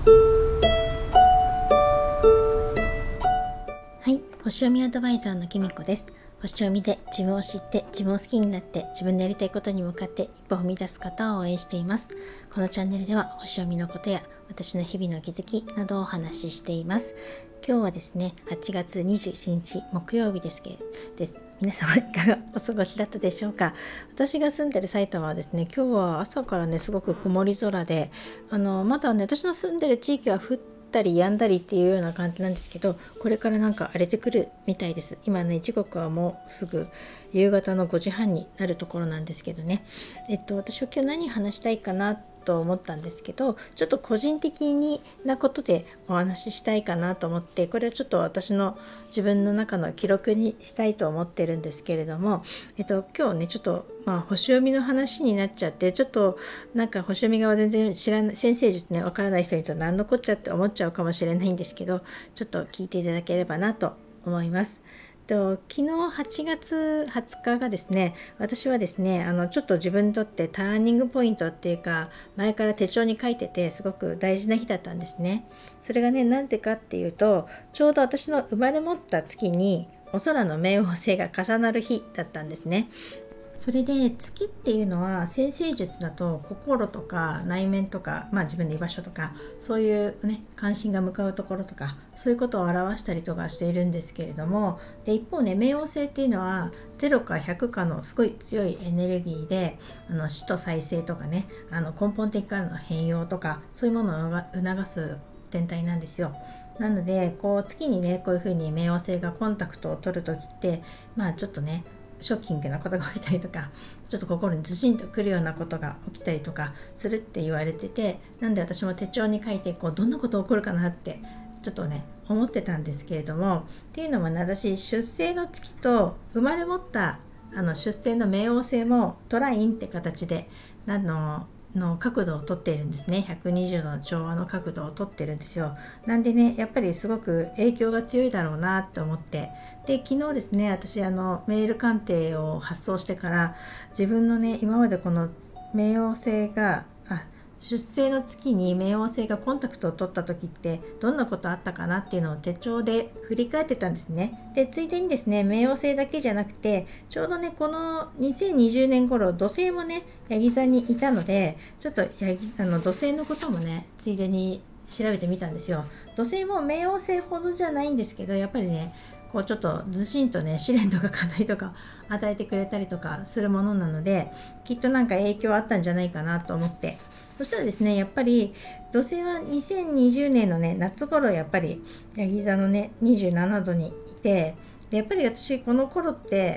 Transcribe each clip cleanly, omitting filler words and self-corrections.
はい、星読みアドバイザーのきみこです。星読みで自分を知って自分を好きになって自分のやりたいことに向かって一歩踏み出す方を応援しています。このチャンネルでは星読みのことや私の日々の気づきなどをお話ししています。今日はですね、8月21日木曜日です。皆様いかがお過ごしだったでしょうか。私が住んでる埼玉はですね、今日は朝からねすごく曇り空で、まだね私の住んでる地域は降ったり止んだりっていうような感じなんですけど、これからなんか荒れてくるみたいです。今ね時刻はもうすぐ夕方の5時半になるところなんですけどね。私は今日何話したいかなと思ったんですけど、ちょっと個人的なことでお話ししたいかなと思って、これはちょっと私の自分の中の記録にしたいと思ってるんですけれども、今日ねちょっと星読みの話になっちゃって、ちょっとなんか星読み側全然知らない、先生術ねわからない人にと何のこっちゃって思っちゃうかもしれないんですけど、ちょっと聞いていただければなと思います。昨日8月20日がですね、私はですねちょっと自分にとってターニングポイントっていうか、前から手帳に書いててすごく大事な日だったんですね。それがねなんでかっていうと、ちょうど私の生まれ持った月にお空の冥王星が重なる日だったんですね。それで月っていうのは占星術だと心とか内面とか、自分の居場所とかそういうね関心が向かうところとかそういうことを表したりとかしているんですけれども、で一方ね冥王星っていうのは0か100かのすごい強いエネルギーで、死と再生とかね根本的からの変容とかそういうものを促す天体なんですよ。なので月にねこういう風に冥王星がコンタクトを取るときってちょっとねショッキングなことが起きたりとか、ちょっと心にズシンとくるようなことが起きたりとかするって言われてて、なんで私も手帳に書いてどんなこと起こるかなってちょっとね思ってたんですけれども、っていうのもね、私出生の月と生まれ持った出生の冥王星もトラインって形での角度をとっているんですね。120度の調和の角度をとってるんですよ。なんでねやっぱりすごく影響が強いだろうなと思って、で昨日ですね私メール鑑定を発送してから自分のね今までこの冥王星が出生の月に冥王星がコンタクトを取った時ってどんなことあったかなっていうのを手帳で振り返ってたんですね。でついでにですね冥王星だけじゃなくて、ちょうどねこの2020年頃土星もねヤギ座にいたので、ちょっと土星のこともねついでに調べてみたんですよ。土星も冥王星ほどじゃないんですけど、やっぱりねちょっとずしんとね試練とか課題とか与えてくれたりとかするものなので、きっとなんか影響あったんじゃないかなと思って、そしたらですねやっぱり土星は2020年のね夏頃やっぱりヤギ座のね27度にいて、でやっぱり私この頃って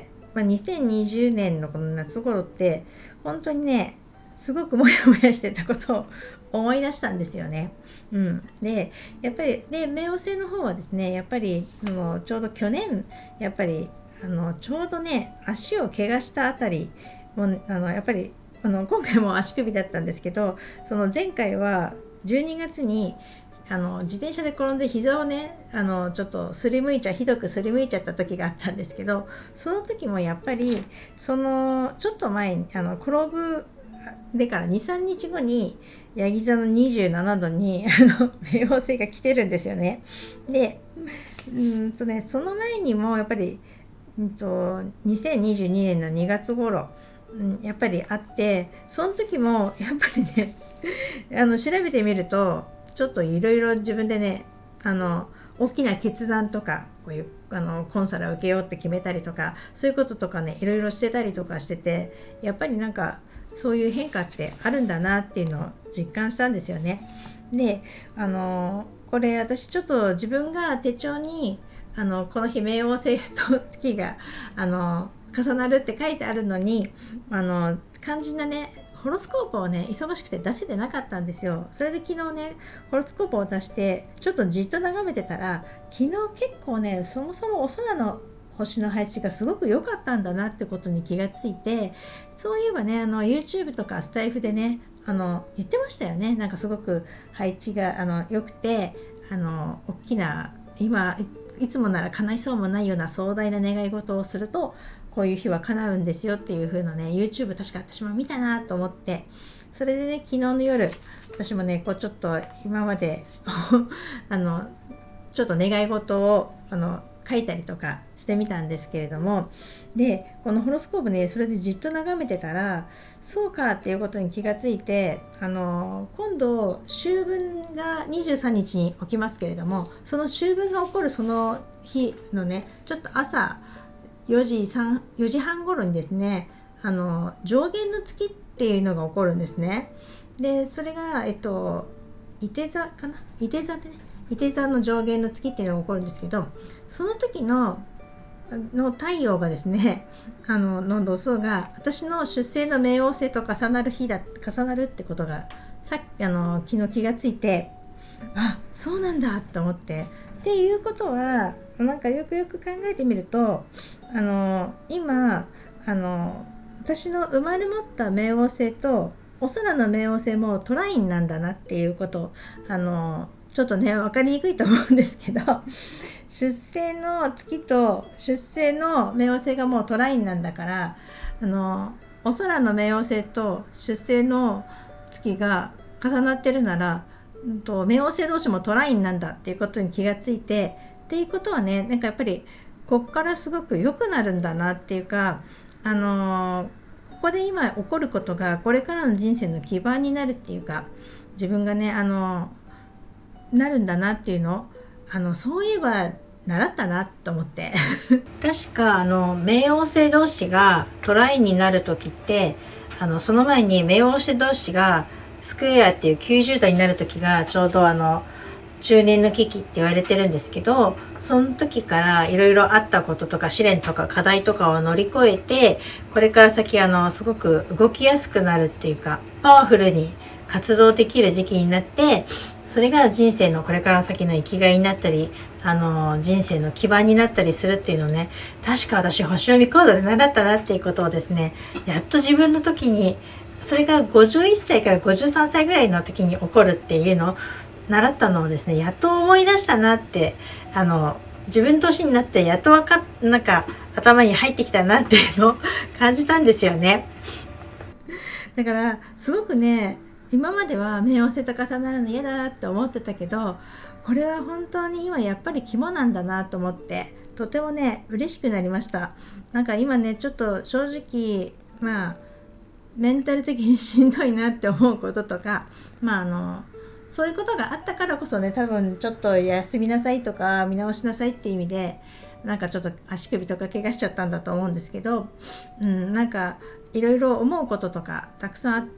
、2020年のこの夏頃って本当にねすごくモヤモヤしてたことを思い出したんですよね。でやっぱり冥王星の方はですねやっぱりちょうど去年やっぱりちょうどね足を怪我したあたりもやっぱり今回も足首だったんですけど、その前回は12月に自転車で転んで膝をねちょっとひどくすりむいちゃった時があったんですけど、その時もやっぱりちょっと前に転ぶでから 2,3 日後にヤギ座の27度に冥王星が来てるんですよね。でその前にもやっぱり2022年の2月頃やっぱりあって、その時もやっぱりね調べてみるとちょっといろいろ自分でね大きな決断とかこういうコンサルを受けようって決めたりとかそういうこととかねいろいろしてたりとかしてて、やっぱりなんかそういう変化ってあるんだなっていうのを実感したんですよね。でこれ私ちょっと自分が手帳にこの日冥王星と月が重なるって書いてあるのに肝心なねホロスコープをね忙しくて出せてなかったんですよ。それで昨日ねホロスコープを出してちょっとじっと眺めてたら、昨日結構ねそもそもお空の星の配置がすごく良かったんだなってことに気がついて、そういえばねYouTube とかスタイフでね言ってましたよね。なんかすごく配置が良くて大きな今いつもなら叶いそうもないような壮大な願い事をするとこういう日は叶うんですよっていう風なね YouTube 確か私も見たなと思って、それでね昨日の夜私もねこうちょっと今までちょっと願い事を書いたりとかしてみたんですけれども、でこのホロスコープねそれでじっと眺めてたらそうかっていうことに気がついて、今度秋分が23日に起きますけれども、その秋分が起こるその日のねちょっと朝4時半頃にですね上弦の月っていうのが起こるんですね。でそれがいて座かな、いて座でね、いて座の上弦の月っていうのが起こるんですけど、その時の太陽がですねの度数が私の出生の冥王星と重なるってことが昨日気がついて、あ、そうなんだと思って、っていうことはなんかよくよく考えてみると今私の生まれ持った冥王星とお空の冥王星もトラインなんだなっていうことちょっとね分かりにくいと思うんですけど出生の月と出生の冥王星がもうトラインなんだからお空の冥王星と出生の月が重なってるなら冥王星同士もトラインなんだっていうことに気がついて、っていうことはねなんかやっぱりこっからすごく良くなるんだなっていうかここで今起こることがこれからの人生の基盤になるっていうか、自分がねなるんだなっていうのをそういえば習ったなと思って確か冥王星同士がトライになる時ってその前に冥王星同士がスクエアっていう90度になる時がちょうど中年の危機って言われてるんですけど、その時からいろいろあったこととか試練とか課題とかを乗り越えて、これから先すごく動きやすくなるっていうかパワフルに活動できる時期になって、それが人生のこれから先の生きがいになったり人生の基盤になったりするっていうのをね、確か私星読み講座で習ったなっていうことをですね、やっと自分の時にそれが51歳から53歳ぐらいの時に起こるっていうのを習ったのをですね、やっと思い出したなって自分年になってやっとなんか頭に入ってきたなっていうのを感じたんですよね。だからすごくね、今までは冥王星と重なるの嫌だって思ってたけど、これは本当に今やっぱり肝なんだなと思ってとてもね嬉しくなりました。なんか今ねちょっと正直メンタル的にしんどいなって思うこととかそういうことがあったからこそね、多分ちょっと休みなさいとか見直しなさいっていう意味でなんかちょっと足首とか怪我しちゃったんだと思うんですけど、なんかいろいろ思うこととかたくさんあって、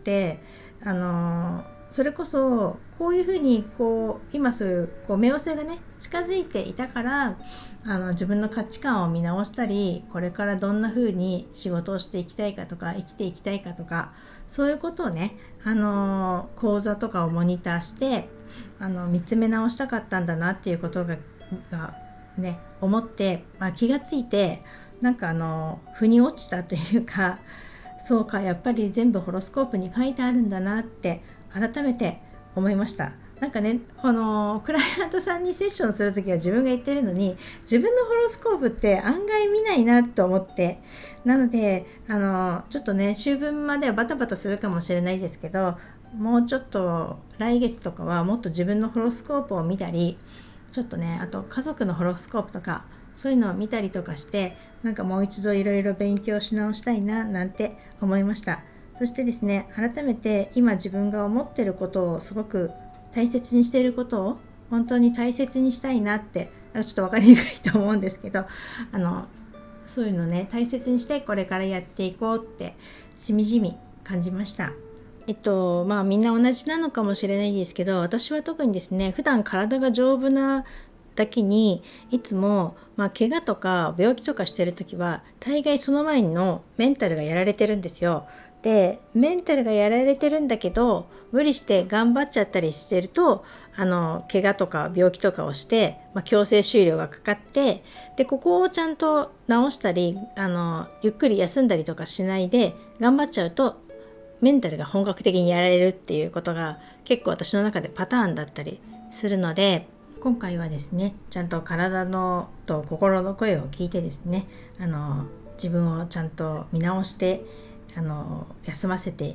それこそこういうふうに今する冥王星がね近づいていたから自分の価値観を見直したり、これからどんなふうに仕事をしていきたいかとか生きていきたいかとか、そういうことをね講座とかをモニターして見つめ直したかったんだなっていうことがね思って、気がついてなんか腑に落ちたというか、そうかやっぱり全部ホロスコープに書いてあるんだなって改めて思いました。なんかねクライアントさんにセッションするときは自分が言ってるのに自分のホロスコープって案外見ないなと思って、なのでちょっとね秋分まではバタバタするかもしれないですけど、もうちょっと来月とかはもっと自分のホロスコープを見たり、ちょっとねあと家族のホロスコープとかそういうのを見たりとかして、なんかもう一度いろいろ勉強し直したいななんて思いました。そしてですね、改めて今自分が思ってることをすごく大切にしていることを本当に大切にしたいなって、ちょっと分かりにくいと思うんですけどそういうのね大切にしてこれからやっていこうってしみじみ感じました。みんな同じなのかもしれないですけど、私は特にですね普段体が丈夫なだけにいつも、怪我とか病気とかしてる時は大概その前のメンタルがやられてるんですよ。でメンタルがやられてるんだけど無理して頑張っちゃったりしてると怪我とか病気とかをして、強制終了がかかって、でここをちゃんと治したりゆっくり休んだりとかしないで頑張っちゃうとメンタルが本格的にやられるっていうことが結構私の中でパターンだったりするので、今回はですねちゃんと体のと心の声を聞いてですね自分をちゃんと見直して休ませて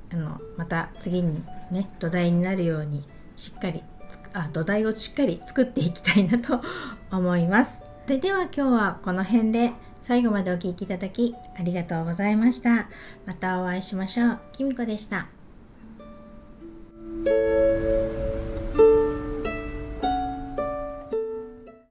また次にね土台になるように土台をしっかり作っていきたいなと思います。それでは今日はこの辺で、最後までお聞きいただきありがとうございました。またお会いしましょう。きみこでした。